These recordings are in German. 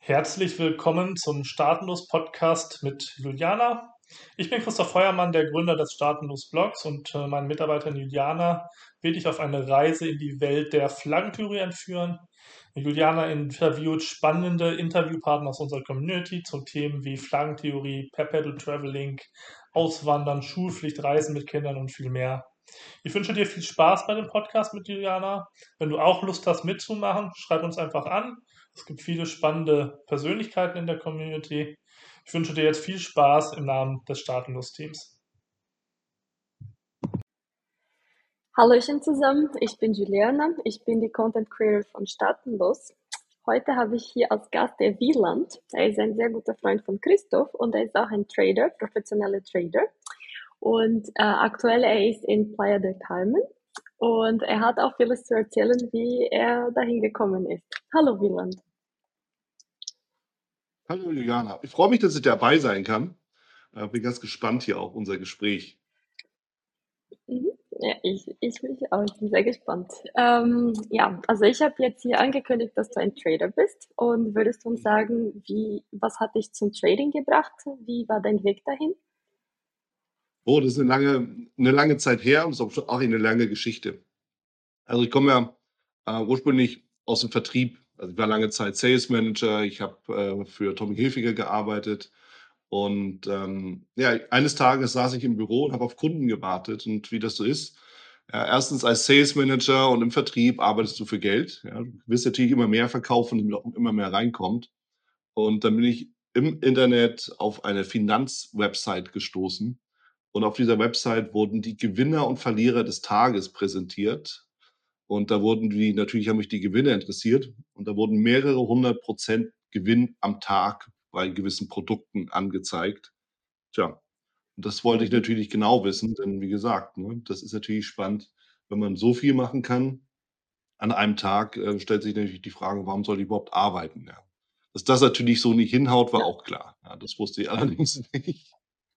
Herzlich willkommen zum Startenlos-Podcast mit Juliana. Ich bin Christoph Feuermann, der Gründer des Startenlos-Blogs und meine Mitarbeiterin Juliana wird dich auf eine Reise in die Welt der Flaggentheorie entführen. Juliana interviewt spannende Interviewpartner aus unserer Community zu Themen wie Flaggentheorie, Perpetual Traveling, Auswandern, Schulpflicht, Reisen mit Kindern und viel mehr. Ich wünsche dir viel Spaß bei dem Podcast mit Juliana. Wenn du auch Lust hast mitzumachen, schreib uns einfach an. Es gibt viele spannende Persönlichkeiten in der Community. Ich wünsche dir jetzt viel Spaß im Namen des Startenlos-Teams. Hallöchen zusammen, ich bin Juliana, ich bin die Content Creator von Startenlos. Heute habe ich hier als Gast der Wieland. Er ist ein sehr guter Freund von Christoph und er ist auch ein Trader, professioneller Trader. Und aktuell er ist in Playa del Carmen und er hat auch vieles zu erzählen, wie er dahin gekommen ist. Hallo Wieland. Hallo Juliana, ich freue mich, dass ich dabei sein kann. Bin ganz gespannt hier auf unser Gespräch. Ja, ich mich auch. Ich bin sehr gespannt. Ja, also ich habe jetzt hier angekündigt, dass du ein Trader bist und würdest du uns sagen, was hat dich zum Trading gebracht? Wie war dein Weg dahin? Oh, das ist eine lange Zeit her und ist auch eine lange Geschichte. Also ich komme ja ursprünglich aus dem Vertrieb. Also ich war lange Zeit Sales Manager, ich habe für Tommy Hilfiger gearbeitet und ja, eines Tages saß ich im Büro und habe auf Kunden gewartet und wie das so ist. Ja, erstens als Sales Manager und im Vertrieb arbeitest du für Geld. Ja, du wirst natürlich immer mehr verkaufen, damit auch immer mehr reinkommt. Und dann bin ich im Internet auf eine Finanzwebsite gestoßen. Und auf dieser Website wurden die Gewinner und Verlierer des Tages präsentiert. Und da wurden natürlich haben mich die Gewinner interessiert. Und da wurden mehrere 100% Gewinn am Tag bei gewissen Produkten angezeigt. Tja, und das wollte ich Mhm. natürlich genau wissen, denn wie gesagt, ne, das ist natürlich spannend, wenn man so viel machen kann an einem Tag, stellt sich natürlich die Frage, warum soll ich überhaupt arbeiten, ja? Dass das natürlich so nicht hinhaut, war Ja. auch klar. Ja, das wusste ich allerdings nicht.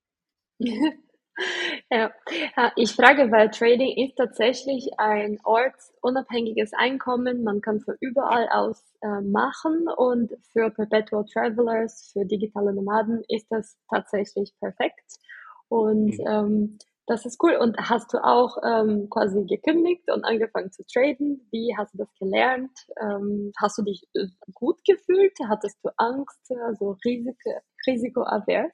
Ja, ich frage, weil Trading ist tatsächlich ein ortsunabhängiges Einkommen. Man kann von überall aus machen und für Perpetual Travelers, für digitale Nomaden ist das tatsächlich perfekt. Und Mhm. das ist cool. Und hast du auch quasi gekündigt und angefangen zu traden? Wie hast du das gelernt? Hast du dich gut gefühlt? Hattest du Angst, also risikoavers?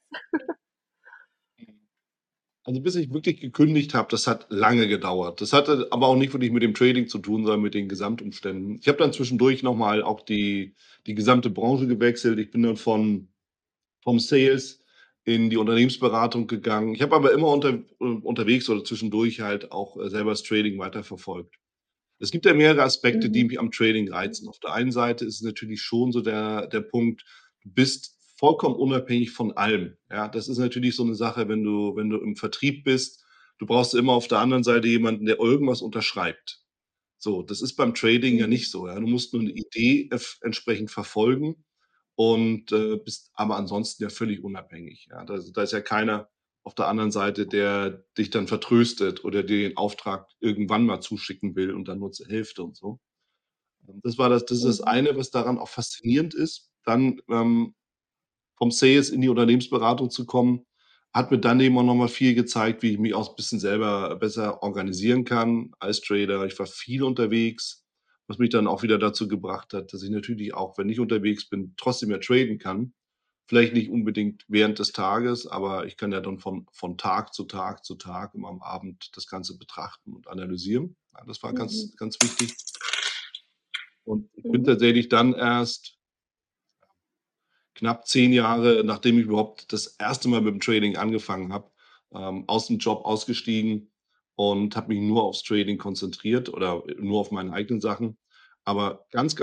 Also, bis ich wirklich gekündigt habe, das hat lange gedauert. Das hatte aber auch nicht wirklich mit dem Trading zu tun, sondern mit den Gesamtumständen. Ich habe dann zwischendurch noch mal auch die gesamte Branche gewechselt. Ich bin dann vom Sales in die Unternehmensberatung gegangen. Ich habe aber immer unterwegs oder zwischendurch halt auch selber das Trading weiterverfolgt. Es gibt ja mehrere Aspekte, die Mhm. mich am Trading reizen. Auf der einen Seite ist es natürlich schon so der Punkt, du bist vollkommen unabhängig von allem. Ja, das ist natürlich so eine Sache, wenn du im Vertrieb bist, du brauchst immer auf der anderen Seite jemanden, der irgendwas unterschreibt. So, das ist beim Trading ja Mhm. nicht so, ja. Du musst nur eine Idee entsprechend verfolgen und bist aber ansonsten ja völlig unabhängig, ja. Da ist ja keiner auf der anderen Seite, der dich dann vertröstet oder dir den Auftrag irgendwann mal zuschicken will und dann nur zur Hälfte und so. Das ist das Mhm. eine, was daran auch faszinierend ist. Dann, vom Sales in die Unternehmensberatung zu kommen, hat mir dann eben auch noch mal viel gezeigt, wie ich mich auch 'n bisschen selber besser organisieren kann als Trader. Ich war viel unterwegs, was mich dann auch wieder dazu gebracht hat, dass ich natürlich auch, wenn ich unterwegs bin, trotzdem ja traden kann. Vielleicht nicht unbedingt während des Tages, aber ich kann ja dann von Tag zu Tag zu Tag immer am Abend das Ganze betrachten und analysieren. Ja, das war Mhm. ganz wichtig. Und ich bin Mhm. tatsächlich dann erst knapp 10 Jahre, nachdem ich überhaupt das erste Mal mit dem Trading angefangen habe, aus dem Job ausgestiegen und habe mich nur aufs Trading konzentriert oder nur auf meine eigenen Sachen. Aber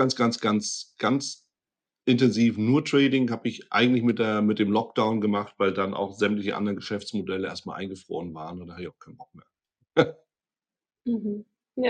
ganz intensiv nur Trading habe ich eigentlich mit dem Lockdown gemacht, weil dann auch sämtliche anderen Geschäftsmodelle erst mal eingefroren waren und da hatte ich auch keinen Bock mehr. Mhm. Ja.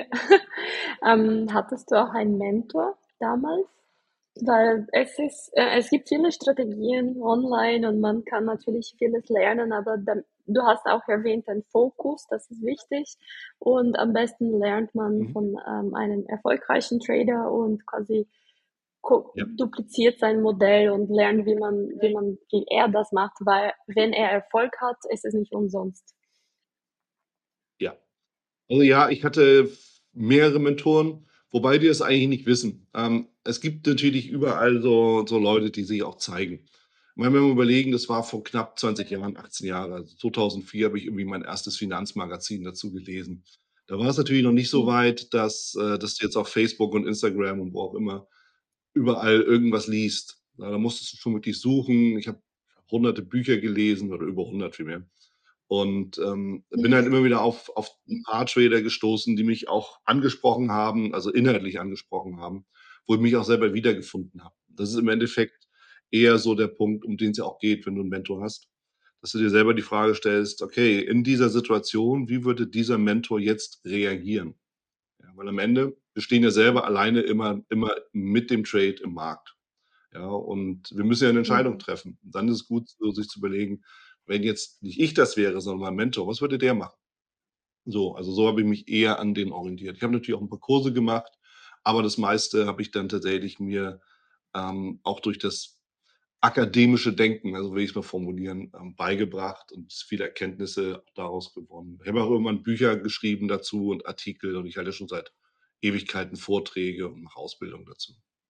Hattest du auch einen Mentor damals? Weil es gibt viele Strategien online und man kann natürlich vieles lernen, aber du hast auch erwähnt, ein Fokus, das ist wichtig. Und am besten lernt man Mhm. von einem erfolgreichen Trader und quasi Ja. dupliziert sein Modell und lernt, wie er das macht, weil wenn er Erfolg hat, ist es nicht umsonst. Ja. Also ja, ich hatte mehrere Mentoren, wobei die das eigentlich nicht wissen. Es gibt natürlich überall so Leute, die sich auch zeigen. Ich meine, wenn wir überlegen, das war vor knapp 20 Jahren, 18 Jahre, also 2004 habe ich irgendwie mein erstes Finanzmagazin dazu gelesen. Da war es natürlich noch nicht so Mhm. weit, dass du jetzt auf Facebook und Instagram und wo auch immer überall irgendwas liest. Da musstest du schon wirklich suchen. Ich habe hunderte Bücher gelesen oder über 100 vielmehr. Und bin halt immer wieder auf ein paar Trader gestoßen, die mich auch angesprochen haben, also inhaltlich angesprochen haben, wo ich mich auch selber wiedergefunden habe. Das ist im Endeffekt eher so der Punkt, um den es ja auch geht, wenn du einen Mentor hast, dass du dir selber die Frage stellst: „Okay, in dieser Situation, wie würde dieser Mentor jetzt reagieren?“ Ja, weil am Ende wir stehen ja selber alleine immer mit dem Trade im Markt. Ja, und wir müssen ja eine Entscheidung Mhm. treffen. Und dann ist es gut, so sich zu überlegen, wenn jetzt nicht ich das wäre, sondern mein Mentor, was würde der machen? So, also so habe ich mich eher an den orientiert. Ich habe natürlich auch ein paar Kurse gemacht, aber das meiste habe ich dann tatsächlich mir, auch durch das akademische Denken, also will ich's mal formulieren, beigebracht und viele Erkenntnisse daraus gewonnen. Ich habe auch irgendwann Bücher geschrieben dazu und Artikel und ich halte schon seit Ewigkeiten Vorträge und mache Ausbildung dazu.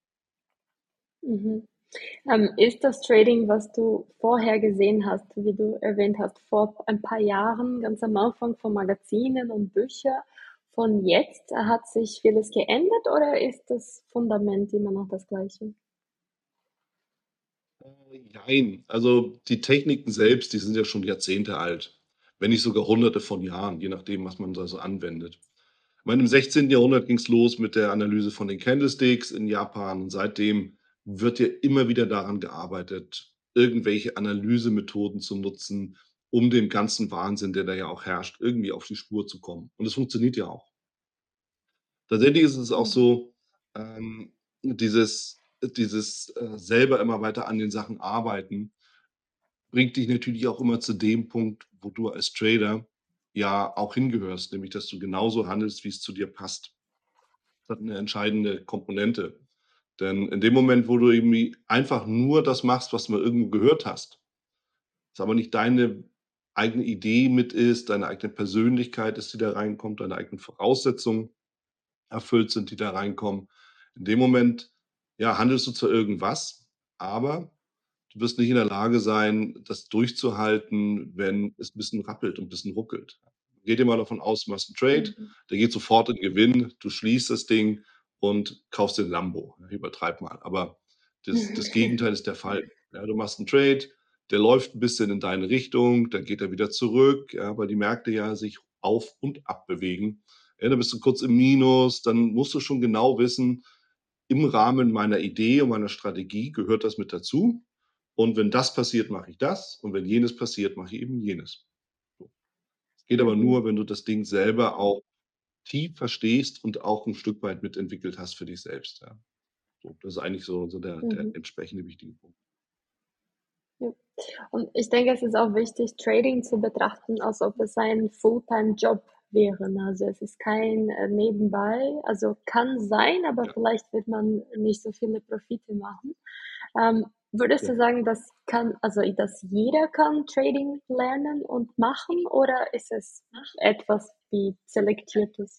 Mhm. Ist das Trading, was du vorher gesehen hast, wie du erwähnt hast, vor ein paar Jahren, ganz am Anfang von Magazinen und Büchern, von jetzt, hat sich vieles geändert oder ist das Fundament immer noch das gleiche? Jein. Also, die Techniken selbst, die sind ja schon Jahrzehnte alt, wenn nicht sogar Hunderte von Jahren, je nachdem, was man da so anwendet. Ich meine, im 16. Jahrhundert ging's los mit der Analyse von den Candlesticks in Japan und seitdem wird ja immer wieder daran gearbeitet, irgendwelche Analysemethoden zu nutzen, um dem ganzen Wahnsinn, der da ja auch herrscht, irgendwie auf die Spur zu kommen. Und es funktioniert ja auch. Tatsächlich ist es auch Mhm. so, dieses selber immer weiter an den Sachen arbeiten bringt dich natürlich auch immer zu dem Punkt, wo du als Trader ja auch hingehörst, nämlich dass du genauso handelst, wie es zu dir passt. Das hat eine entscheidende Komponente. Denn in dem Moment, wo du irgendwie einfach nur das machst, was du mal irgendwo gehört hast, es aber nicht deine eigene Idee mit ist, deine eigene Persönlichkeit ist, die da reinkommt, deine eigenen Voraussetzungen erfüllt sind, die da reinkommen. In dem Moment, ja, handelst du zwar irgendwas, aber du wirst nicht in der Lage sein, das durchzuhalten, wenn es 'n bisschen rappelt und 'n bisschen ruckelt. Geh dir mal davon aus, du machst 'n Trade, Mhm. der geht sofort in Gewinn, du schließt das Ding und kaufst dir 'n Lambo. Ich übertreibe mal, aber das Gegenteil ist der Fall. Ja, du machst 'n Trade, der läuft 'n bisschen in deine Richtung, dann geht er wieder zurück, ja, weil die Märkte ja sich auf und ab bewegen. Ja, dann bist du kurz im Minus, dann musst du schon genau wissen: „Im Rahmen meiner Idee und meiner Strategie gehört das mit dazu. Und wenn das passiert, mache ich das. Und wenn jenes passiert, mache ich eben jenes.“ So. Es geht aber Mhm. nur, wenn du das Ding selber auch tief verstehst und auch 'n Stück weit mitentwickelt hast für dich selbst, ja. So, das ist eigentlich so der Mhm. entsprechende wichtige Punkt. Ja. Und ich denke, es ist auch wichtig, Trading zu betrachten, als ob es ein Fulltime-Job wäre. Ne? Also es ist kein Nebenbei, also kann sein, aber Ja, vielleicht wird man nicht so viele Profite machen. Würdest ja. du sagen, dass jeder kann Trading lernen und machen, oder ist es etwas wie Selektiertes?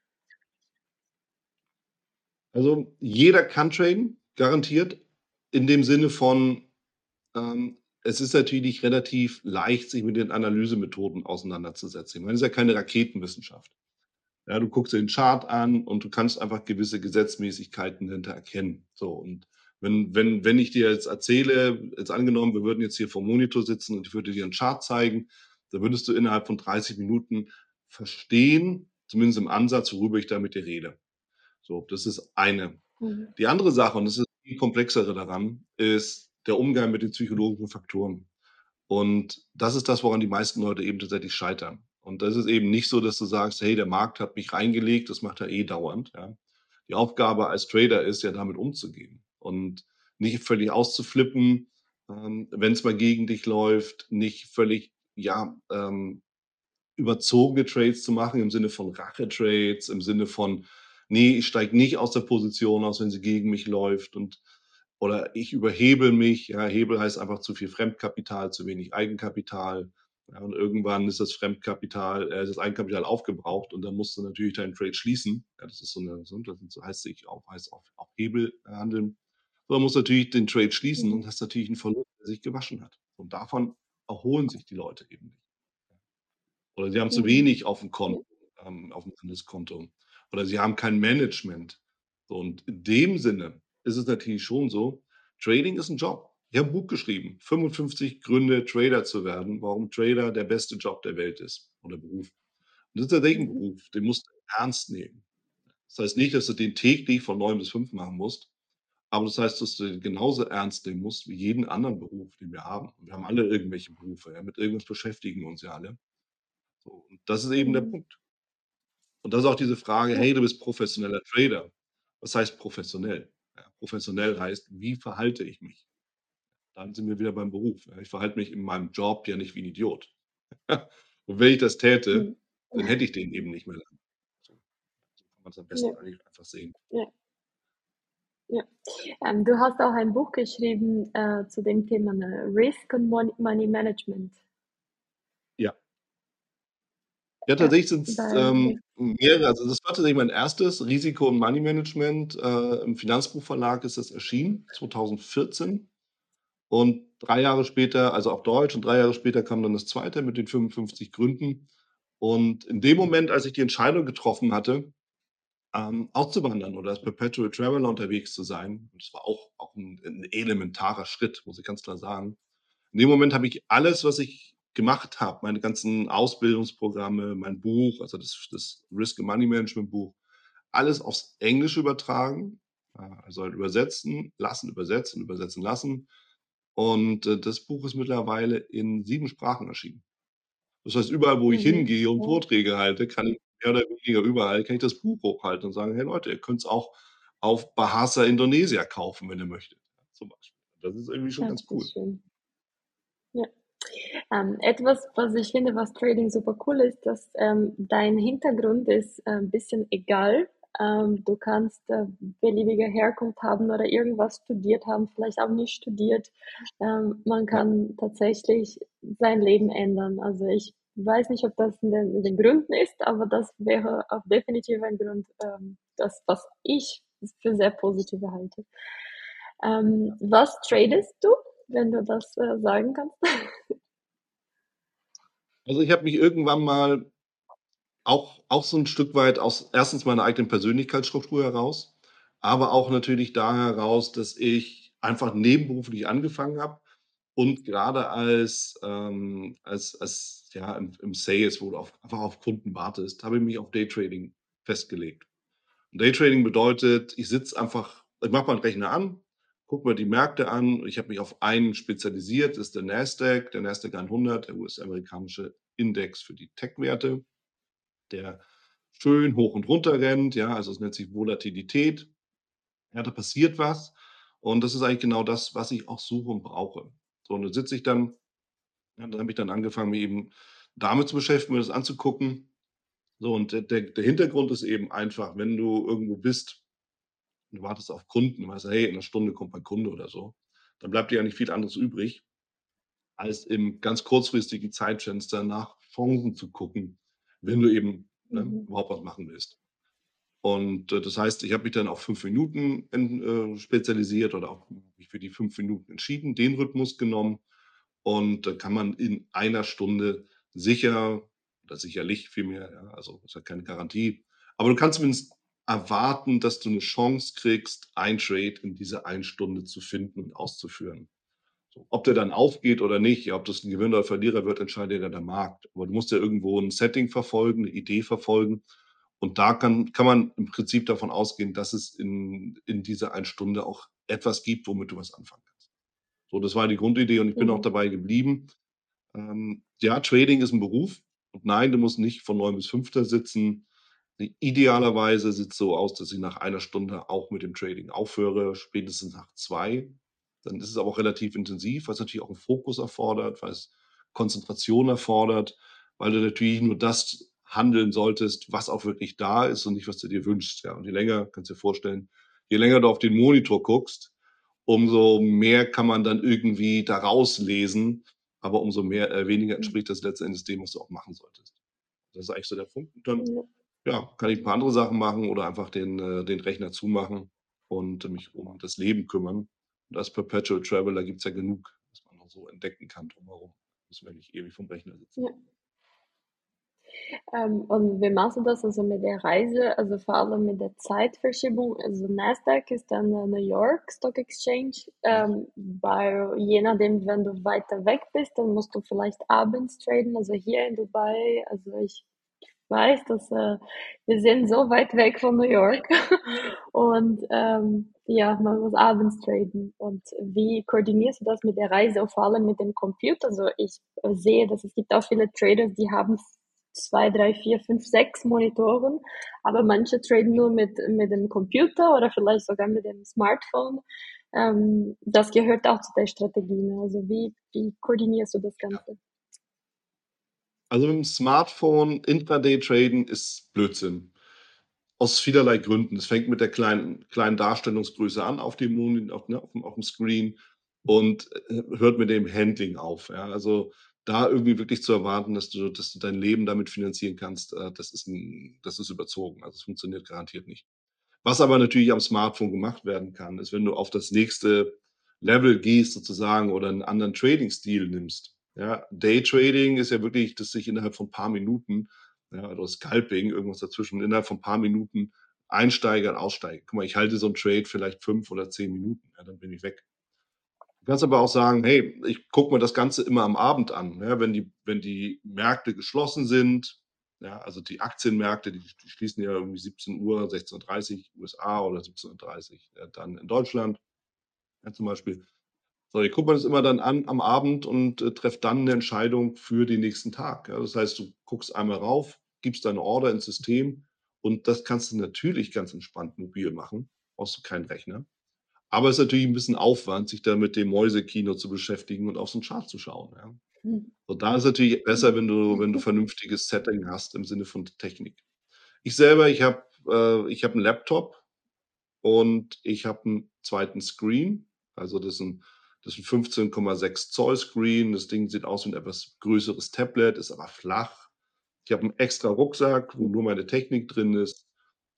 Also, jeder kann traden, garantiert, in dem Sinne von, es ist natürlich relativ leicht, sich mit den Analysemethoden auseinanderzusetzen. Ich meine, es ist ja keine Raketenwissenschaft. Ja, du guckst dir den Chart an und du kannst einfach gewisse Gesetzmäßigkeiten dahinter erkennen. So, und wenn ich dir jetzt erzähle, jetzt angenommen, wir würden jetzt hier vorm Monitor sitzen und ich würde dir einen Chart zeigen, dann würdest du innerhalb von 30 Minuten verstehen, zumindest im Ansatz, worüber ich da mit dir rede. So, das ist eine. Mhm. Die andere Sache, und das ist die komplexere daran, ist der Umgang mit den psychologischen Faktoren. Und das ist das, woran die meisten Leute eben tatsächlich scheitern. Und das ist eben nicht so, dass du sagst: „Hey, der Markt hat mich reingelegt, das macht er eh dauernd“, ja. Die Aufgabe als Trader ist ja, damit umzugehen und nicht völlig auszuflippen, wenn es mal gegen dich läuft, nicht völlig, ja, überzogene Trades zu machen im Sinne von Rache-Trades, im Sinne von: „Nee, ich steige nicht aus der Position aus, wenn sie gegen mich läuft.“ Und oder ich überhebel mich. Ja, Hebel heißt einfach zu viel Fremdkapital, zu wenig Eigenkapital. Ja, und irgendwann ist das das Eigenkapital aufgebraucht und dann musst du natürlich deinen Trade schließen. Ja, das ist heißt auf Hebel handeln. So, dann musst du natürlich den Trade schließen und hast natürlich einen Verlust, der sich gewaschen hat. Und davon erholen sich die Leute eben nicht. Oder sie haben zu wenig auf dem Ja. Konto, auf dem Handelskonto. Oder sie haben kein Management. So, und in dem Sinne ist es natürlich schon so, Trading ist ein Job. Ich habe ein Buch geschrieben, 55 Gründe, Trader zu werden, warum Trader der beste Job der Welt ist oder Beruf. Und das ist tatsächlich ein Mhm. Beruf, den musst du ernst nehmen. Das heißt nicht, dass du den täglich von 9 bis 5 machen musst, aber das heißt, dass du den genauso ernst nehmen musst wie jeden anderen Beruf, den wir haben. Und wir haben alle irgendwelche Berufe, ja, mit irgendwas beschäftigen wir uns ja alle. So, und das ist eben der Mhm. Punkt. Und das ist auch diese Frage: Ja. „Hey, du bist professioneller Trader.“ Was heißt professionell? Ja, professionell heißt, wie verhalte ich mich? Dann sind wir wieder beim Beruf. Ja, ich verhalte mich in meinem Job ja nicht wie 'n Idiot. Und wenn ich das täte, Mhm. dann hätte ich den eben nicht mehr lange. So kann man's am Ja. besten eigentlich einfach sehen. Ja. Ja. Du hast auch ein Buch geschrieben zu dem Thema Risk und Money Management. Ja. Ja, Ja, tatsächlich sind's, weil mehrere. Also, das war tatsächlich mein erstes Risiko und Money Management. Im Finanzbuchverlag ist das erschienen, 2014. Und 3 Jahre später, also auf Deutsch, und 3 Jahre später kam dann das zweite mit den 55 Gründen. Und in dem Moment, als ich die Entscheidung getroffen hatte, auszuwandern oder als Perpetual Traveler unterwegs zu sein, und das war auch 'n elementarer Schritt, muss ich ganz klar sagen. In dem Moment habe ich alles, was ich gemacht habe, meine ganzen Ausbildungsprogramme, mein Buch, also das Risk and Money Management Buch, alles aufs Englische übertragen, also halt übersetzen, übersetzen lassen. Und, das Buch ist mittlerweile in 7 Sprachen erschienen. Das heißt, überall, wo ich hingehe und ja, Vorträge halte, kann ich mehr oder weniger überall kann ich das Buch hochhalten und sagen: „Hey Leute, ihr könnt's auch auf Bahasa Indonesia kaufen, wenn ihr möchtet“, zum Beispiel. Das ist irgendwie schon ja, ganz das ist cool. schön. Ja. Etwas, was ich finde, was Trading super cool ist, dass dein Hintergrund ist ein bisschen egal. Du kannst beliebige Herkunft haben oder irgendwas studiert haben, vielleicht auch nicht studiert. Man Ja. kann tatsächlich sein Leben ändern. Also ich weiß nicht, ob das in den Gründen ist, aber das wäre auch definitiv ein Grund, das, was ich für sehr positive halte. Was tradest du, wenn du das sagen kannst? Also, ich habe mich irgendwann mal auch so 'n Stück weit aus erstens meiner eigenen Persönlichkeitsstruktur heraus, aber auch natürlich da heraus, dass ich einfach nebenberuflich angefangen habe und grade ja, im Sales, wo du einfach auf Kunden wartest, habe ich mich auf Daytrading festgelegt. Und Daytrading bedeutet, ich mache meinen Rechner an, gucke mir die Märkte an. Ich habe mich auf einen spezialisiert, das ist der Nasdaq 100, der US-amerikanische Index für die Tech-Werte, der schön hoch und runter rennt, ja, also es nennt sich Volatilität. Ja, da passiert was und das ist eigentlich genau das, was ich auch suche und brauche. So, und dann sitze ich dann ja, dann habe ich dann angefangen, mich eben damit zu beschäftigen, mir das anzugucken. So, und der Hintergrund ist eben einfach, wenn du irgendwo bist, du wartest auf Kunden, du weißt: „Hey, in 'ner Stunde kommt mein Kunde“ oder so, dann bleibt dir ja nicht viel anderes übrig, als im ganz kurzfristigen Zeitfenster nach Chancen zu gucken, wenn du eben, ne, Mhm. überhaupt was machen willst. Und, das heißt, ich habe mich dann auf 5 Minuten spezialisiert oder auch mich für die 5 Minuten entschieden, den Rhythmus genommen. Und da kann man in einer Stunde sicher oder sicherlich vielmehr, ja, also ist ja keine Garantie, aber du kannst zumindest erwarten, dass du eine Chance kriegst, ein Trade in dieser 1 Stunde zu finden und auszuführen. So, ob der dann aufgeht oder nicht, ja, ob das ein Gewinner oder Verlierer wird, entscheidet ja der Markt. Aber du musst ja irgendwo ein Setting verfolgen, eine Idee verfolgen. Und da kann man im Prinzip davon ausgehen, dass es in dieser 1 Stunde auch etwas gibt, womit du was anfangen kannst. So, das war die Grundidee und ich bin auch Mhm. dabei geblieben. Ja, Trading ist ein Beruf und nein, du musst nicht von 9 bis 5 da sitzen. Idealerweise sieht's so aus, dass ich nach 1 Stunde auch mit dem Trading aufhöre, spätestens nach 2. Dann ist es aber auch relativ intensiv, weil's natürlich auch 'n Fokus erfordert, weil es Konzentration erfordert, weil du natürlich nur das handeln solltest, was auch wirklich da ist und nicht, was du dir wünschst, ja. Und je länger kannst dir vorstellen, je länger du auf den Monitor guckst, umso mehr kann man dann irgendwie daraus lesen, aber umso weniger entspricht das letztendlich dem, was du auch machen solltest. Das ist eigentlich so der Punkt. Und dann, Ja. ja, kann ich ein paar andere Sachen machen oder einfach den Rechner zumachen und mich um das Leben kümmern. Und als Perpetual Traveler gibt's ja genug, was man noch so entdecken kann drumherum. Müssen wir nicht ewig vom Rechner sitzen. Ja. Und wie machst du das also mit der Reise, also vor allem mit der Zeitverschiebung? Also Nasdaq ist dann New York Stock Exchange, weil je nachdem, wenn du weiter weg bist, dann musst du vielleicht abends traden. Also hier in Dubai, also ich weiß, dass wir sind so weit weg von New York und ja, man muss abends traden. Und wie koordinierst du das mit der Reise und vor allem mit dem Computer? Also ich sehe, dass es gibt auch viele Trader, die haben 2, 3, 4, 5, 6 Monitoren, aber manche traden nur mit dem Computer oder vielleicht sogar mit dem Smartphone. Das gehört auch zu der Strategie. Ne? Also wie koordinierst du das Ja. Ganze? Also mit dem Smartphone Intraday traden ist Blödsinn. Aus vielerlei Gründen. Es fängt mit der kleinen Darstellungsgröße an auf dem auf dem Screen und, hört mit dem Handling auf, ja? Also, da irgendwie wirklich zu erwarten, dass du dein Leben damit finanzieren kannst, das ist überzogen. Also, es funktioniert garantiert nicht. Was aber natürlich am Smartphone gemacht werden kann, ist, wenn du auf das nächste Level gehst sozusagen oder einen anderen Trading-Stil nimmst. Ja, Daytrading ist ja wirklich, dass sich innerhalb von ein paar Minuten, ja, oder Scalping, irgendwas dazwischen, innerhalb von ein paar Minuten einsteige und aussteige. Guck mal, ich halte so 'n Trade vielleicht 5 oder 10 Minuten, ja, dann bin ich weg. Du kannst aber auch sagen: „Hey, ich gucke mir das Ganze immer am Abend an“, ja, wenn die Märkte geschlossen sind, ja, also die Aktienmärkte, die schließen ja irgendwie 17:00, 16:30 USA oder 17:30, dann in Deutschland, ja, zum Beispiel. So, ich gucke mir das immer dann an am Abend und, treffe dann eine Entscheidung für den nächsten Tag, ja. Das heißt, du guckst einmal rauf, gibst deine Order ins System und das kannst du natürlich ganz entspannt mobil machen, brauchst du keinen Rechner. Aber es ist natürlich 'n bisschen Aufwand, sich da mit dem Mäusekino zu beschäftigen und auf so 'n Chart zu schauen, ja. Hm. Und da ist natürlich besser, wenn du vernünftiges Setting hast im Sinne von Technik. Ich selber, ich habe 'n Laptop und ich habe 'n zweiten Screen. Also, das ist 'n 15,6 Zoll Screen. Das Ding sieht aus wie 'n etwas größeres Tablet, ist aber flach. Ich habe 'n extra Rucksack, wo nur meine Technik drin ist.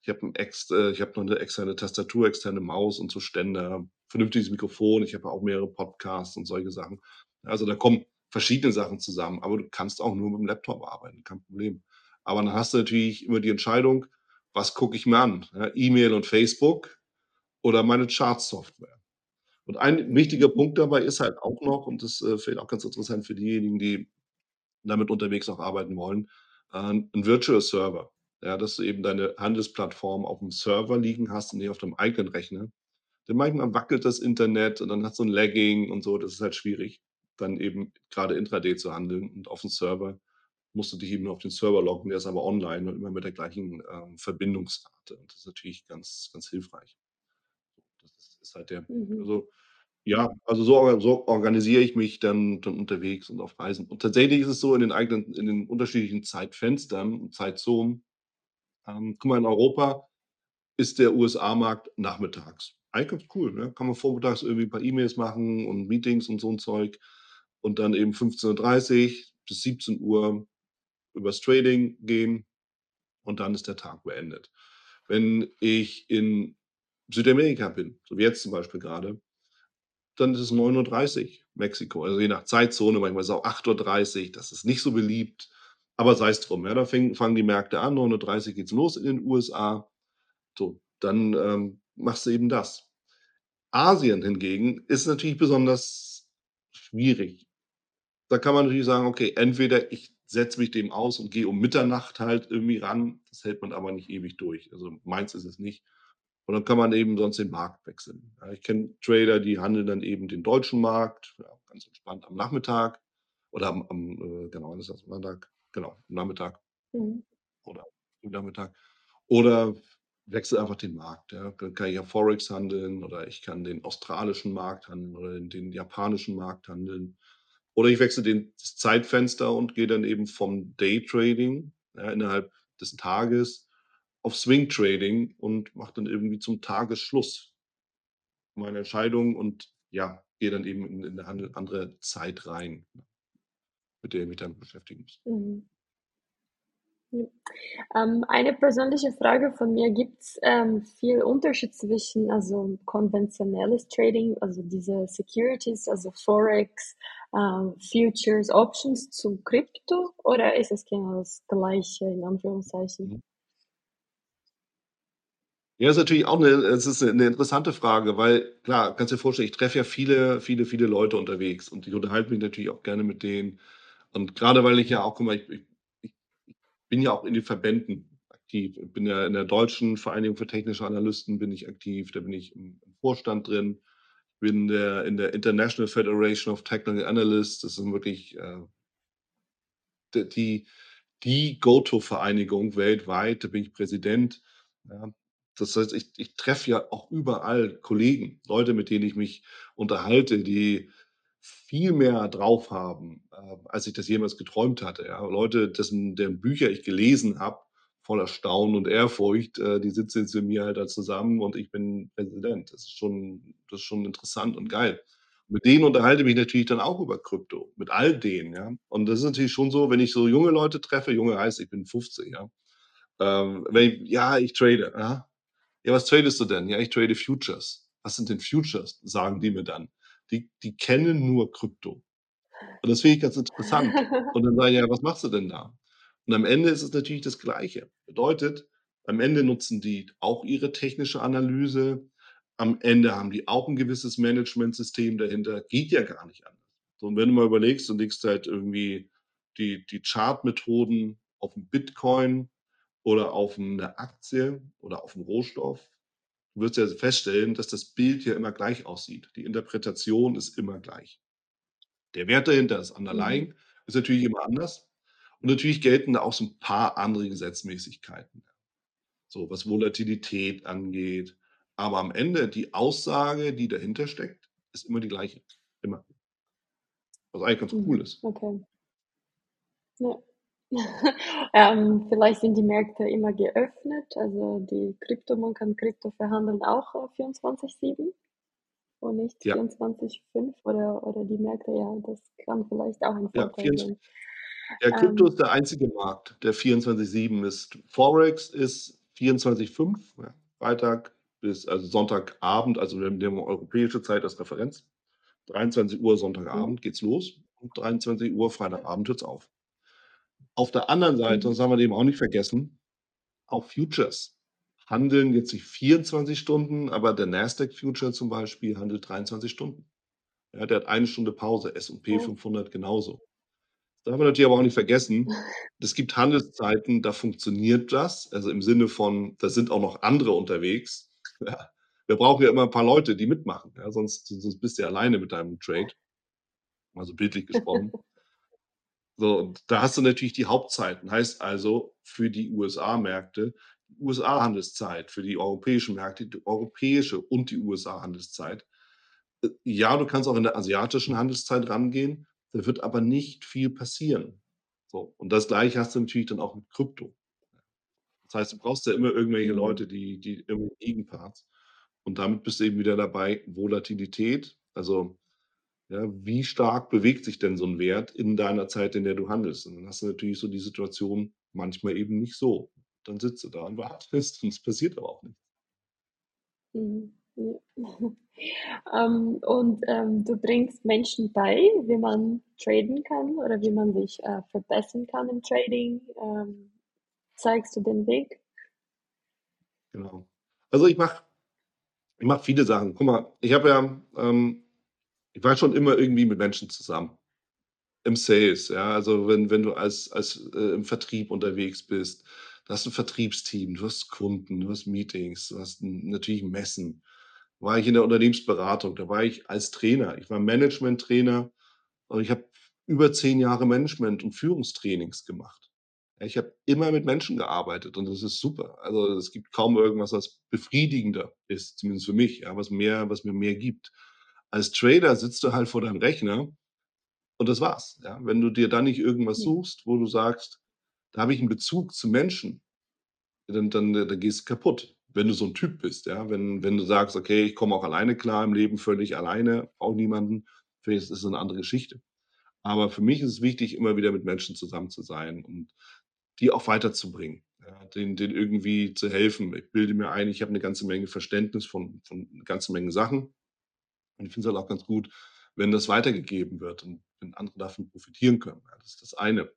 Ich habe noch 'ne externe Tastatur, externe Maus und so Ständer, vernünftiges Mikrofon. Ich habe auch mehrere Podcasts und solche Sachen. Also, da kommen verschiedene Sachen zusammen, aber du kannst auch nur mit'm Laptop arbeiten, kein Problem. Aber dann hast du natürlich immer die Entscheidung: „Was gucke ich mir an?“ Ja, E-Mail und Facebook oder meine Chartsoftware. Und ein wichtiger Punkt dabei ist halt auch noch, und das, vielleicht auch ganz interessant für diejenigen, die damit unterwegs auch arbeiten wollen, 'n Virtual Server. Ja, dass du eben deine Handelsplattform auf'm Server liegen hast und nicht auf deinem eigenen Rechner. Denn manchmal wackelt das Internet und dann hast du 'n Lagging und so. Das ist halt schwierig, dann eben grade intraday zu handeln. Und auf'm Server musst du dich eben nur auf den Server loggen, der ist aber online und immer mit der gleichen, Verbindungsrate. Und das ist natürlich ganz, ganz hilfreich. Das ist halt der Punkt. Mhm. Also, ja, also so organisiere ich mich dann unterwegs und auf Reisen. Und tatsächlich ist es so in den unterschiedlichen Zeitfenstern und Zeitzonen, guck mal, in Europa ist der USA-Markt nachmittags. Eigentlich ganz cool, ne? Kann man vormittags irgendwie 'n paar E-Mails machen und Meetings und so 'n Zeug und dann eben 15:30 bis 17 Uhr übers Trading gehen und dann ist der Tag beendet. Wenn ich in Südamerika bin, so wie jetzt zum Beispiel grade, dann ist es 9:30 Mexiko, also je nach Zeitzone, manchmal ist es auch 8:30, das ist nicht so beliebt, aber sei's drum, ja, da fangen die Märkte an, 9:30 geht's los in den USA. So, dann, machst du eben das. Asien hingegen ist natürlich besonders schwierig. Da kann man natürlich sagen: „Okay, entweder ich setze mich dem aus und gehe um Mitternacht halt irgendwie ran.“ Das hält man aber nicht ewig durch. Also, meins ist es nicht. Und dann kann man eben sonst den Markt wechseln. Ja, ich kenne Trader, die handeln dann eben den deutschen Markt, ja, ganz entspannt am Nachmittag oder genau, wann ist das? Sonntag? Genau, am Nachmittag Mhm. oder frühen Nachmittag. Oder wechsle einfach den Markt, ja. Dann kann ich ja Forex handeln oder ich kann den australischen Markt handeln oder den japanischen Markt handeln. Oder ich wechsle das Zeitfenster und gehe dann eben vom Daytrading, ja, innerhalb des Tages auf Swing Trading und mache dann irgendwie zum Tagesschluss. meine Entscheidungen und ja, gehe dann eben in 'ne andere Zeit rein, mit der ich mich dann beschäftigen muss. Mhm. Ja. Eine persönliche Frage von mir: Gibt's, viel Unterschied zwischen also konventionelles Trading, also diese Securities, also Forex, Futures, Options zu Krypto oder ist es genau das Gleiche in Anführungszeichen? Mhm. Ja, ist natürlich auch 'ne es ist 'ne interessante Frage, weil klar, kannst dir vorstellen, ich treffe ja viele Leute unterwegs und ich unterhalte mich natürlich auch gerne mit denen. Und grade weil ich ja auch guck mal, ich bin ja auch in den Verbänden aktiv. Ich bin ja in der Deutschen Vereinigung für technische Analysten bin ich aktiv, da bin ich im Vorstand drin, bin in der International Federation of Technical Analysts. Das sind wirklich, d die Go-to-Vereinigung weltweit, da bin ich Präsident, ja. Das heißt, ich treffe ja auch überall Kollegen, Leute, mit denen ich mich unterhalte, die viel mehr drauf haben, als ich das jemals geträumt hatte, ja. Leute, deren Bücher ich gelesen habe, voller Staunen und Ehrfurcht, die sitzen jetzt mit mir halt da zusammen und ich bin Präsident. Das ist schon interessant und geil. Mit denen unterhalte ich mich natürlich dann auch über Krypto, mit all denen, ja. Und das ist natürlich schon so, wenn ich so junge Leute treffe, junge heißt, ich bin 50, ja. Wenn ich „Ja, ich trade“, „Aha. Ja, was tradest du denn?“ „Ja, ich trade Futures.“ „Was sind denn Futures?“ sagen die mir dann. Die kennen nur Krypto. Und das finde ich ganz interessant. Und dann sage ich: „Ja, was machst du denn da?“ Und am Ende ist es natürlich das Gleiche. Bedeutet, am Ende nutzen die auch ihre technische Analyse. Am Ende haben die auch 'n gewisses Managementsystem dahinter. Geht ja gar nicht anders. So, und wenn du mal überlegst, du legst halt irgendwie die Chartmethoden auf 'n Bitcoin oder auf 'ne Aktie oder auf 'n Rohstoff, du wirst ja feststellen, dass das Bild ja immer gleich aussieht. Die Interpretation ist immer gleich. Der Wert dahinter, das Mhm. Underlying, ist natürlich immer anders. Und natürlich gelten da auch so 'n paar andere Gesetzmäßigkeiten, so was Volatilität angeht. Aber am Ende die Aussage, die dahinter steckt, ist immer die gleiche. Immer. Was eigentlich ganz cool Mhm. ist. Okay. Ja. Vielleicht sind die Märkte immer geöffnet, also man kann Krypto verhandeln auch, 24/7 und nicht Ja, 24/5 oder die Märkte, ja, das kann vielleicht auch ein ja, Vorteil sein. Krypto Ähm, ist der einzige Markt, der 24/7 ist. Forex ist 24/5, ja, Freitag bis also Sonntagabend, also wir nehmen europäische Zeit als Referenz. 23 mhm, Sonntagabend geht's los und 23 Freitagabend hört's auf. Auf der anderen Seite, mhm, das haben wir eben auch nicht vergessen, auch Futures handeln jetzt nicht 24 Stunden, aber der Nasdaq Future zum Beispiel handelt 23 Stunden. Ja, der hat 1 Stunde Pause, S&P ja. 500 genauso. Das darf man natürlich aber auch nicht vergessen. Es gibt Handelszeiten, da funktioniert das, also im Sinne von, da sind auch noch andere unterwegs. Ja. Wir brauchen ja immer 'n paar Leute, die mitmachen, ja, sonst bist du ja alleine mit deinem Trade, also bildlich gesprochen. So, und da hast du natürlich die Hauptzeiten. Heißt also für die USA-Märkte die USA-Handelszeit, für die europäischen Märkte die europäische und die USA-Handelszeit. Ja, du kannst auch in der asiatischen Handelszeit rangehen, da wird aber nicht viel passieren. So, und das Gleiche hast du natürlich dann auch mit Krypto. Das heißt, du brauchst ja immer irgendwelche Mhm, Leute, die irgendwie Gegenparts. Und damit bist du eben wieder dabei, Volatilität, also ja, wie stark bewegt sich denn so 'n Wert in deiner Zeit, in der du handelst? Und dann hast du natürlich so die Situation manchmal eben nicht so. Dann sitzt du da und wartest und es passiert aber auch nichts. mhm, ja. Du bringst Menschen bei, wie man traden kann oder wie man sich, verbessern kann im Trading. Zeigst du den Weg? Genau. Also, ich mache viele Sachen. Guck mal, ich war schon immer irgendwie mit Menschen zusammen. Im Sales, ja. Also, wenn du im Vertrieb unterwegs bist, da hast du 'n Vertriebsteam, du hast Kunden, du hast Meetings, du hast natürlich Messen. War ich in der Unternehmensberatung, da war ich als Trainer. Ich war Management-Trainer und ich habe über 10 Jahre Management und Führungstrainings gemacht. Ja, ich habe immer mit Menschen gearbeitet und das ist super. Also, es gibt kaum irgendwas, was befriedigender ist, zumindest für mich, ja, was mir mehr gibt. Als Trader sitzt du halt vor deinem Rechner und das war's, ja. Wenn du dir dann nicht irgendwas Mhm. suchst, wo du sagst: „Da habe ich 'n Bezug zu Menschen“, dann gehst du kaputt. wenn du so ein Typ bist, ja. Wenn du sagst: „Okay, ich komme auch alleine klar im Leben, völlig alleine, brauche niemanden“, vielleicht ist es eine andere Geschichte. Aber für mich ist es wichtig, immer wieder mit Menschen zusammen zu sein und die auch weiterzubringen, ja, denen irgendwie zu helfen. Ich bilde mir ein, ich habe eine ganze Menge Verständnis von 'ne ganze Menge Sachen und ich finde es halt auch ganz gut, wenn das weitergegeben wird und wenn andere davon profitieren können. Ja, das ist das eine.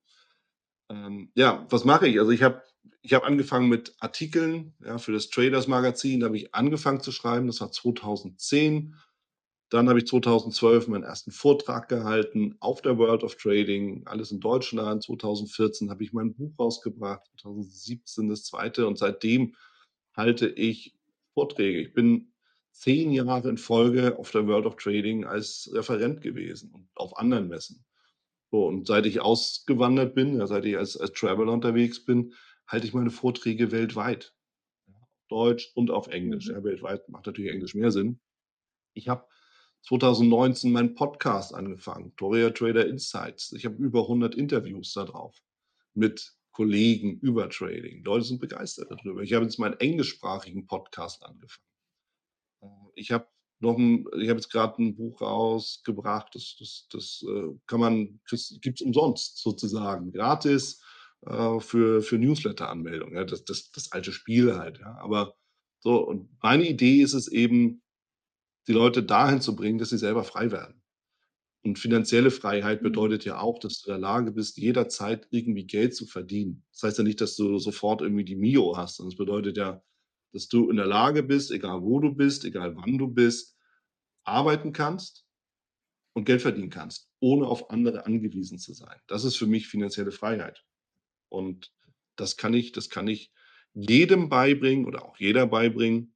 Ja, was mache ich? Also, ich habe angefangen mit Artikeln, ja, für das Traders Magazin. Da habe ich angefangen zu schreiben, das war 2010. Dann habe ich 2012 meinen ersten Vortrag gehalten auf der World of Trading, alles in Deutschland. 2014 habe ich mein Buch rausgebracht, 2017 das zweite und seitdem halte ich Vorträge. Ich bin 10 Jahre in Folge auf der World of Trading als Referent gewesen und auf anderen Messen. So, und seit ich ausgewandert bin, ja, seit ich als Traveler unterwegs bin, halte ich meine Vorträge weltweit, ja, auf Deutsch und auf Englisch. Mhm. Ja, weltweit macht natürlich Englisch mehr Sinn. Ich habe 2019 meinen Podcast angefangen, Torreya Trader Insights. Ich habe über 100 Interviews da drauf mit Kollegen über Trading. Leute sind begeistert darüber. Ich habe jetzt meinen englischsprachigen Podcast angefangen. Ich habe ich habe jetzt gerade ein Buch rausgebracht, das kann man gibt's umsonst sozusagen, gratis, für Newsletter-Anmeldung, ja, das alte Spiel halt, ja. Aber so und meine Idee ist es eben, die Leute dahin zu bringen, dass sie selber frei werden. Und finanzielle Freiheit Mhm. bedeutet ja auch, dass du in der Lage bist, jederzeit irgendwie Geld zu verdienen. Das heißt ja nicht, dass du sofort irgendwie die Mio hast, sondern es bedeutet ja, dass du in der Lage bist, egal wo du bist, egal wann du bist, arbeiten kannst und Geld verdienen kannst, ohne auf andere angewiesen zu sein. Das ist für mich finanzielle Freiheit. Und das kann ich jedem beibringen oder auch jeder beibringen,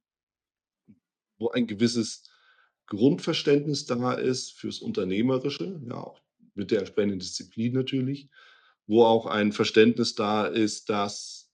wo ein gewisses Grundverständnis da ist fürs Unternehmerische, ja, auch mit der entsprechenden Disziplin natürlich, wo auch ein Verständnis da ist, dass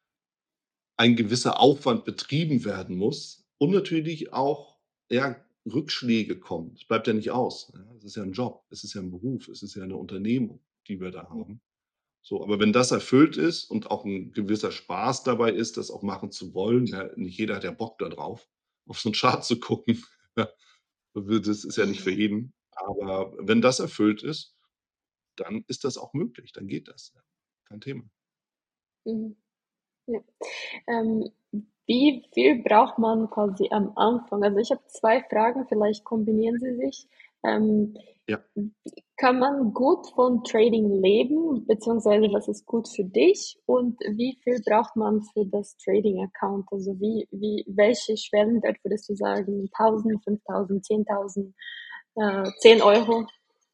ein gewisser Aufwand betrieben werden muss und natürlich auch, ja, Rückschläge kommen. Es bleibt ja nicht aus, ja? Es ist ja ein Job, es ist ja ein Beruf, es ist ja eine Unternehmung, die wir da Ja. haben. So, aber wenn das erfüllt ist und auch ein gewisser Spaß dabei ist, das auch machen zu wollen, ja, nicht jeder hat ja Bock da drauf, auf so 'n Chart zu gucken. Das ist ja nicht für jeden. Aber wenn das erfüllt ist, dann ist das auch möglich, dann geht das, ja. Kein Thema. Mhm. Ja. Ähm, Wie viel braucht man quasi am Anfang? Also ich habe zwei Fragen, vielleicht kombinieren sie sich. Ähm, Ja. Kann man gut von Trading leben, beziehungsweise was ist gut für dich? Und wie viel braucht man für das Trading-Account? Also welche Schwellenwert würdest du sagen? 1000, 5000, 10.000, 10 Euro?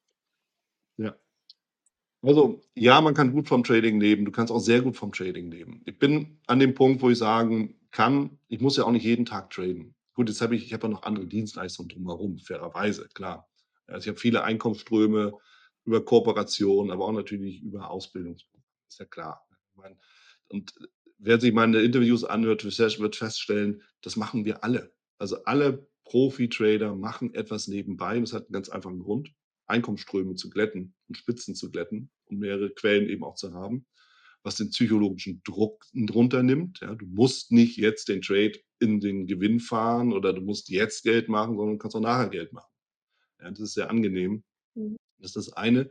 Ja. Also, ja, man kann gut vom Trading leben. Du kannst auch sehr gut vom Trading leben. Ich bin an dem Punkt, wo ich sagen kann, ich muss ja auch nicht jeden Tag traden. Gut, jetzt habe ja noch andere Dienstleistungen drumherum, fairerweise, klar. Also, ich habe viele Einkommensströme über Kooperationen, aber auch natürlich über Ausbildungsprogramme, ist ja klar. Ich meine und wer sich meine Interviews anhört, wird feststellen, das machen wir alle. Also, alle Profi-Trader machen etwas nebenbei und das hat einen ganz einfachen Grund. Einkommensströme zu glätten und Spitzen zu glätten und mehrere Quellen eben auch zu haben, was den psychologischen Druck drunter nimmt. Ja, du musst nicht jetzt den Trade in den Gewinn fahren oder du musst jetzt Geld machen, sondern du kannst auch nachher Geld machen. Ja, das ist sehr angenehm. Mhm. Das ist das eine.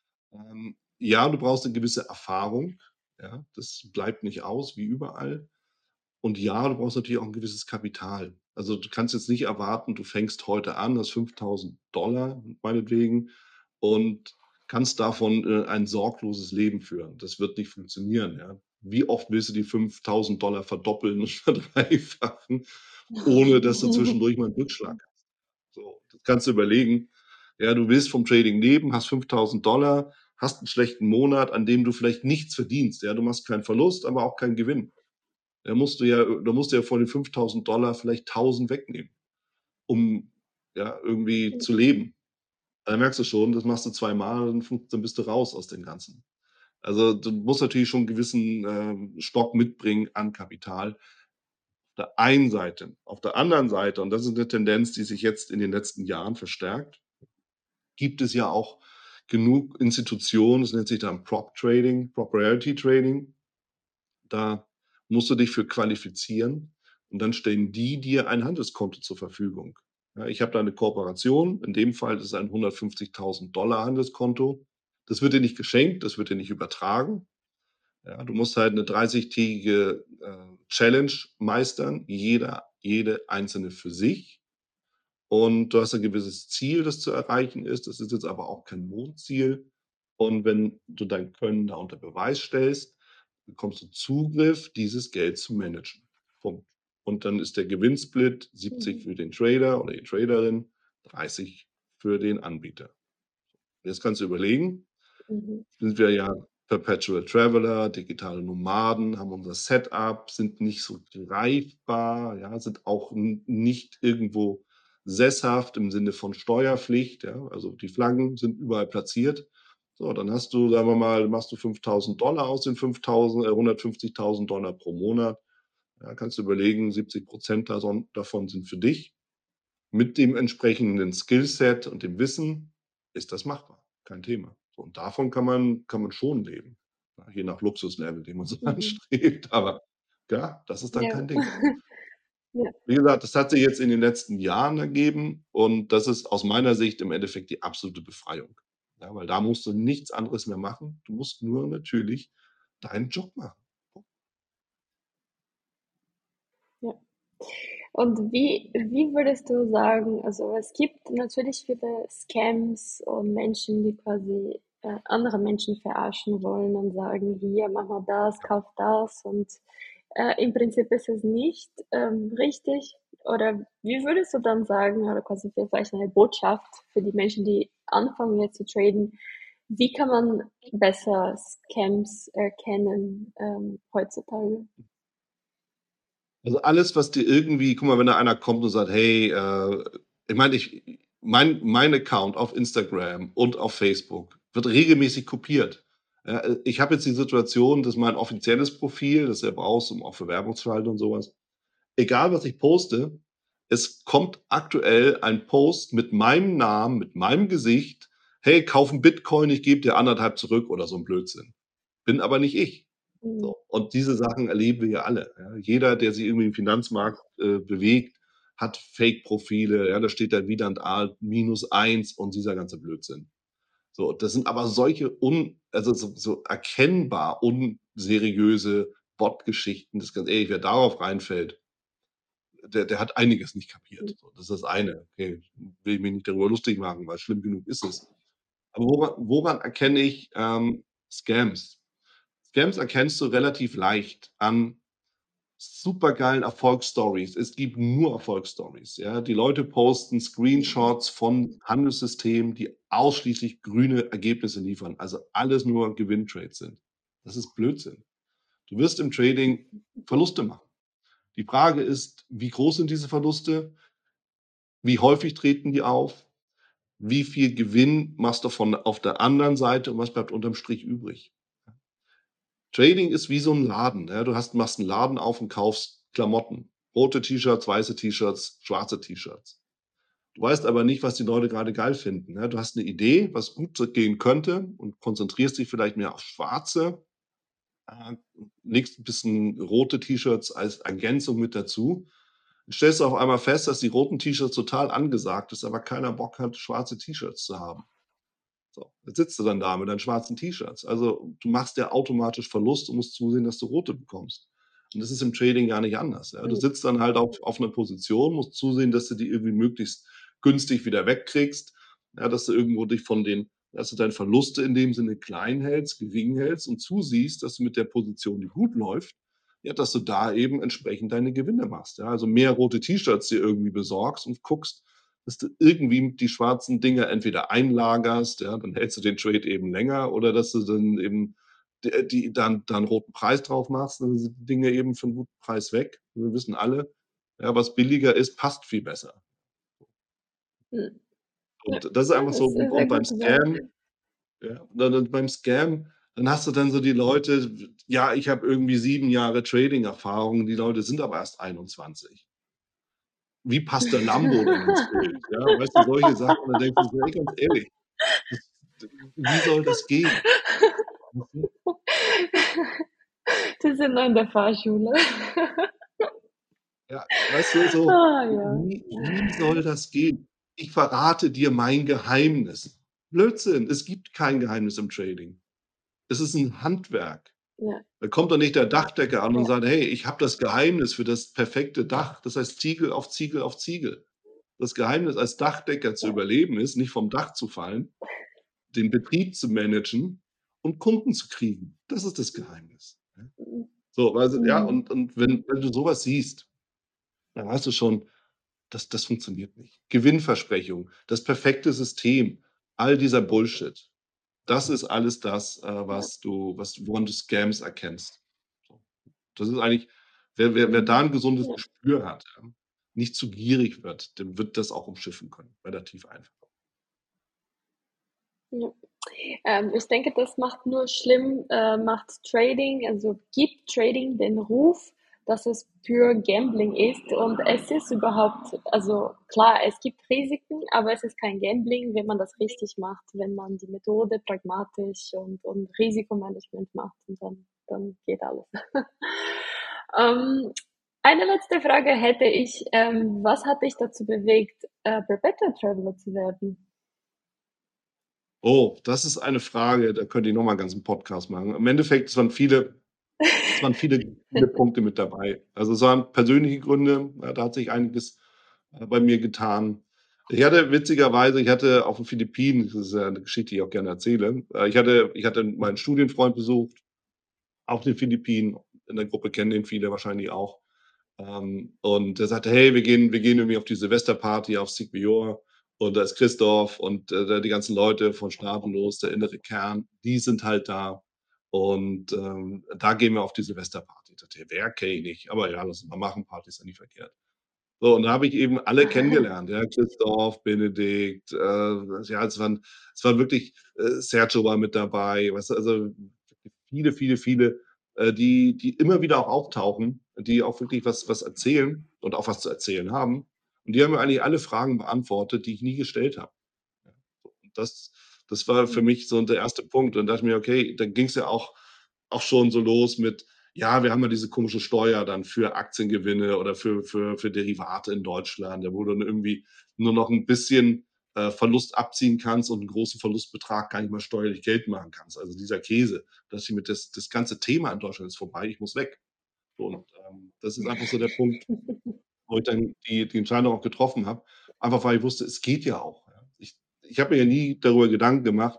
Ja, du brauchst eine gewisse Erfahrung. Ja, das bleibt nicht aus, wie überall. Und ja, du brauchst natürlich auch ein gewisses Kapital. Also, du kannst jetzt nicht erwarten, du fängst heute an, hast 5.000 meinetwegen und kannst davon, ein sorgloses Leben führen. Das wird nicht funktionieren, ja. Wie oft willst du die 5.000 verdoppeln und verdreifachen, ohne dass du zwischendurch mal 'n Rückschlag hast? So, das kannst du überlegen. Ja, du willst vom Trading leben, hast 5.000 hast einen schlechten Monat, an dem du vielleicht nichts verdienst, ja. Du machst keinen Verlust, aber auch keinen Gewinn. Da musst du ja von den 5.000 vielleicht 1.000 wegnehmen, um, ja, irgendwie zu leben. Da merkst du schon, das machst du zweimal, dann bist du raus aus dem Ganzen. Also, du musst natürlich schon 'n gewissen, Stock mitbringen an Kapital auf der einen Seite. Auf der anderen Seite, und das ist 'ne Tendenz, die sich jetzt in den letzten Jahren verstärkt, gibt es ja auch genug Institutionen, das nennt sich dann Prop Trading, Propriety Trading. Da musst du dich für qualifizieren. und dann stellen die dir ein Handelskonto zur Verfügung. Ja, ich habe da eine Kooperation, in dem Fall ist es ein $150.000 Handelskonto. Das wird dir nicht geschenkt, das wird dir nicht übertragen. Ja, du musst halt eine 30-tägige Challenge meistern, jede einzelne für sich. Und du hast ein gewisses Ziel, das zu erreichen ist. Das ist jetzt aber auch kein Mondziel. Und wenn du dein Können da unter Beweis stellst, bekommst du Zugriff, dieses Geld zu managen. Punkt. Und dann ist der Gewinnsplit 70 für den Trader oder die Traderin, 30 für den Anbieter. Jetzt kannst du überlegen, sind wir ja Perpetual Traveler, digitale Nomaden, haben unser Setup, sind nicht so greifbar, ja, sind auch nicht irgendwo sesshaft im Sinne von Steuerpflicht, ja, also die Flaggen sind überall platziert. So, dann hast du, sagen wir mal, machst du $5.000 aus den 150.000 Dollar pro Monat. Ja, kannst du überlegen, 70% davon sind für dich. Mit dem entsprechenden Skillset und dem Wissen ist das machbar, kein Thema. So, und davon kann man schon leben, ja, je nach Luxuslevel, den man so anstrebt. Aber ja, das ist dann Ja. kein Ding. Ja. Wie gesagt, das hat sich jetzt in den letzten Jahren ergeben und das ist aus meiner Sicht im Endeffekt die absolute Befreiung. Ja, weil da musst du nichts anderes mehr machen. Du musst nur natürlich deinen Job machen. Ja. Und wie würdest du sagen, also es gibt natürlich viele Scams und Menschen, die quasi andere Menschen verarschen wollen und sagen, hier, mach mal das, kauf das und im Prinzip ist es nicht richtig. Oder wie würdest du dann sagen, oder quasi vielleicht eine Botschaft für die Menschen, die anfangen jetzt zu traden, wie kann man besser Scams erkennen heutzutage? Also alles, was dir irgendwie, guck mal, wenn da einer kommt und sagt, hey, ich meine, mein Account auf Instagram und auf Facebook wird regelmäßig kopiert. Ja, ich habe jetzt die Situation, dass mein offizielles Profil, das du ja brauchst, um auch für Werbung zu schalten und sowas, egal was ich poste, es kommt aktuell ein Post mit meinem Namen, mit meinem Gesicht, hey, kauf 'n Bitcoin, ich gebe dir 1,5 zurück oder so ein Blödsinn. Bin aber nicht ich. Mhm. So, und diese Sachen erleben wir ja alle, ja. Jeder, der sich irgendwie im Finanzmarkt, bewegt, hat Fake-Profile, ja, da steht da Wieland A -1 und dieser ganze Blödsinn. So, das sind aber solche also so erkennbar unseriöse Bot-Geschichten, das ganz ehrlich, wer darauf reinfällt, der hat einiges nicht kapiert. So, das ist das eine. Okay, will ich mich nicht darüber lustig machen, weil schlimm genug ist es. Aber woran erkenne ich, Scams? Scams erkennst du relativ leicht an supergeilen Erfolgsstories. Es gibt nur Erfolgsstories, ja. Die Leute posten Screenshots von Handelssystemen, die ausschließlich grüne Ergebnisse liefern, also alles nur Gewinntrades sind. Das ist Blödsinn. Du wirst im Trading Verluste machen. Die Frage ist, wie groß sind diese Verluste? Wie häufig treten die auf? Wie viel Gewinn machst du von auf der anderen Seite und was bleibt unterm Strich übrig? Trading ist wie so 'n Laden, ja. Du machst 'n Laden auf und kaufst Klamotten. Rote T-Shirts, weiße T-Shirts, schwarze T-Shirts. Du weißt aber nicht, was die Leute grade geil finden, ne? Du hast 'ne Idee, was gut so gehen könnte und konzentrierst dich vielleicht mehr auf schwarze, äh, legst 'n bisschen rote T-Shirts als Ergänzung mit dazu. Dann stellst du auf einmal fest, dass die roten T-Shirts total angesagt ist, aber keiner Bock hat, schwarze T-Shirts zu haben. So, jetzt sitzt du dann da mit deinen schwarzen T-Shirts. Also, du machst ja automatisch Verlust und musst zusehen, dass du rote bekommst. Und das ist im Trading gar nicht anders, ja. Du Mhm. sitzt dann halt auf 'ner Position, musst zusehen, dass du die irgendwie möglichst günstig wieder wegkriegst, ja, dass du irgendwo dich dass du deine Verluste in dem Sinne klein hältst, gering hältst und zusiehst, dass du mit der Position, die gut läuft, ja, dass du da eben entsprechend deine Gewinne machst, ja. Also, mehr rote T-Shirts dir irgendwie besorgst und guckst, dass du irgendwie die schwarzen Dinger entweder einlagerst, ja, dann hältst du den Trade eben länger oder dass du dann eben da 'n roten Preis drauf machst, dann sind die Dinge eben für 'n guten Preis weg. Wir wissen alle, ja, was billiger ist, passt viel besser. Mhm. Ja, Und das ist ja, einfach so das ist sehr und beim gut gesagt. Scam ja, dann beim Scam, dann hast du dann so die Leute: „Ja, ich habe irgendwie 7 Jahre Trading-Erfahrung." Die Leute sind aber erst 21. Wie passt der Lambo denn ins Bild? Ja, weißt du, solche Sachen, und dann denkst du so: „Ey, ganz ehrlich, das wie soll das gehen?" Weißt du? Die sind noch in der Fahrschule. Ja, weißt du, so, Ah, ja. wie soll das gehen? Ich verrate dir mein Geheimnis. Blödsinn, es gibt kein Geheimnis im Trading. Es ist 'n Handwerk. Ja, Da kommt doch nicht der Dachdecker an und ja. sagt: „Hey, ich habe das Geheimnis für das perfekte Dach.“ Das heißt Ziegel auf Ziegel auf Ziegel. Das Geheimnis als Dachdecker zu Ja. überleben ist, nicht vom Dach zu fallen, den Betrieb zu managen und Kunden zu kriegen. Das ist das Geheimnis, ja? Mhm. So, also, ja, Mhm. und wenn du so was siehst, dann weißt du schon, das funktioniert nicht. Gewinnversprechung, das perfekte System, all dieser Bullshit, das ist alles das, Ja. woran du Scams erkennst. So. Das ist eigentlich wer da Mhm. 'n gesundes Ja. Gespür hat, ja, nicht zu gierig wird, der wird das auch umschiffen können, relativ einfach. Ja. Ich denke, das macht nur schlimm, macht Trading, also gibt Trading den Ruf, dass es pure Gambling ist. Und es ist überhaupt, also klar, es gibt Risiken, aber es ist kein Gambling, wenn man das richtig macht, wenn man die Methode pragmatisch und Risikomanagement macht und dann geht alles. ähm, eine letzte Frage hätte ich. Was hat dich dazu bewegt, Perpetual Traveler zu werden? Oh, das ist eine Frage, da könnte ich noch mal 'n ganzen Podcast machen. Im Endeffekt, es waren viele Punkte mit dabei. Also, es waren persönliche Gründe, da hat sich einiges, bei mir getan. Ich hatte auf den Philippinen, das ist ja 'ne Geschichte, die ich auch gerne erzähle, ich hatte meinen Studienfreund besucht auf den Philippinen. In der Gruppe kennen den viele wahrscheinlich auch. Und der sagte: „Hey, wir gehen irgendwie auf die Silvesterparty auf Sigbior und da ist Christoph und, da die ganzen Leute von Staatenlos, der innere Kern, die sind halt da und, da gehen wir auf die Silvesterparty.“ Ich dachte: „Wer? Kenne ich nicht, aber ja, lass uns mal machen, Party ist ja nie verkehrt.“ So, und da habe ich eben alle kennengelernt, ja, Christoph, Benedikt, ja, es waren wirklich Sergio war mit dabei, weißt du, also viele, viele, viele, die immer wieder auch auftauchen, die auch wirklich was erzählen und auch was zu erzählen haben. Und die haben mir eigentlich alle Fragen beantwortet, die ich nie gestellt habe. Ja, so, und das war für mich so der erste Punkt. Und dachte ich mir: „Okay“, dann ging's ja auch schon so los mit ja, wir haben ja diese komische Steuer dann für Aktiengewinne oder für Derivate in Deutschland, ja, wo du dann irgendwie nur noch ein bisschen, Verlust abziehen kannst und einen großen Verlustbetrag gar nicht mehr steuerlich Geld machen kannst. Also, dieser Käse, dass ich mir das ganze Thema in Deutschland ist vorbei, ich muss weg. So und, das ist einfach so der Punkt, wo ich dann die Entscheidung auch getroffen habe, einfach weil ich wusste, es geht ja auch, ja. Ich habe mir ja nie darüber Gedanken gemacht,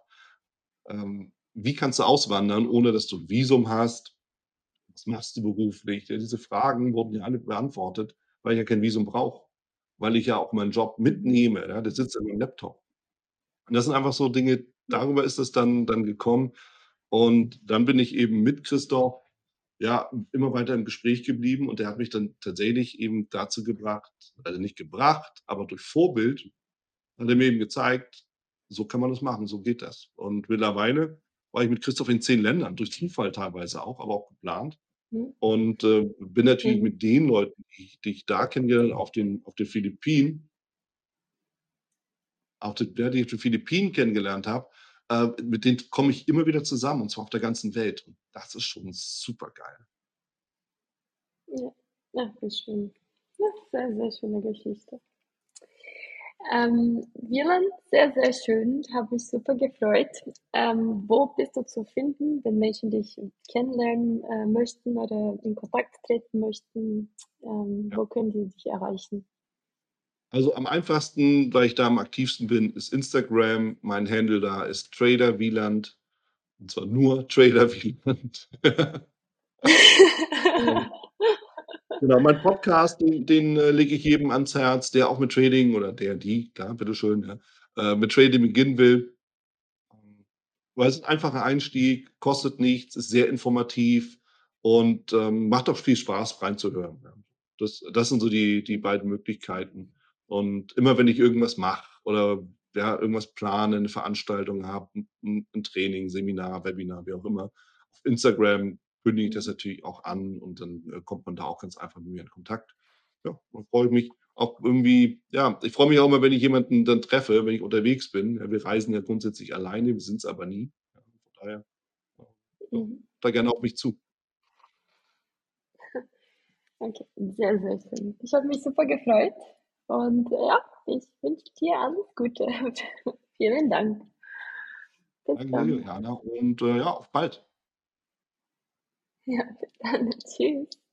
wie kannst du auswandern, ohne dass du 'n Visum hast? Was machst du beruflich? Ja, diese Fragen wurden ja alle beantwortet, weil ich ja kein Visum brauche, weil ich ja auch meinen Job Mhm. mitnehme, ja, der sitzt an meinem Laptop. Und das sind einfach so Dinge, Ja. darüber ist es dann gekommen. Und dann bin ich eben mit Christoph, ja, immer weiter im Gespräch geblieben und der hat mich dann tatsächlich eben dazu gebracht also nicht gebracht, aber durch Vorbild hat er mir eben gezeigt, so kann man das machen, so geht das. Und mittlerweile war ich mit Christoph in 10 Ländern, durch Zufall teilweise auch, aber auch geplant. Mhm. Und, bin natürlich Mhm. mit den Leuten, die ich da kennengelernt auf den Philippinen die ich auf den Philippinen kennengelernt habe, mit denen komme ich immer wieder zusammen, und zwar auf der ganzen Welt. Und das ist schon supergeil. Ja. Ja, wie schön. Ja, sehr, sehr schöne Geschichte. Wieland, sehr, sehr schön, habe mich super gefreut. Wo bist du zu finden, wenn Menschen dich kennenlernen möchten oder in Kontakt treten möchten? Ja. Wo können die dich erreichen? Also, am einfachsten, weil ich da am aktivsten bin, ist Instagram. Mein Handle da ist Trader Wieland, und zwar nur Trader Wieland. Ähm, genau, mein Podcast, den lege ich jedem ans Herz, der auch mit Trading oder der, die, klar, bitteschön, ja, mit Trading beginnen will. Ähm, Weil es ist 'n einfacher Einstieg, kostet nichts, ist sehr informativ und, macht auch viel Spaß reinzuhören, ja. Das sind so die beiden Möglichkeiten. Und immer wenn ich irgendwas mache oder, ja, irgendwas plane, 'ne Veranstaltung habe, 'n Training, Seminar, Webinar, wie auch immer, auf Instagram kündige ich das Mhm. natürlich auch an und dann, kommt man da auch ganz einfach mit mir in Kontakt. Ja, dann freue ich mich auch irgendwie ja, ich freue mich auch immer, wenn ich jemanden dann treffe, wenn ich unterwegs bin. Ja, wir reisen ja grundsätzlich alleine, wir sind's aber nie. Ja, von daher, ja, Mhm. da gerne auf mich zu. Okay, sehr, sehr schön. Ich habe mich super gefreut und ja, ich wünsche dir alles Gute. Vielen Dank. Bis Danke dir, dann. Juliana, und ja, auf bald. Ja, bis dann. Tschüss.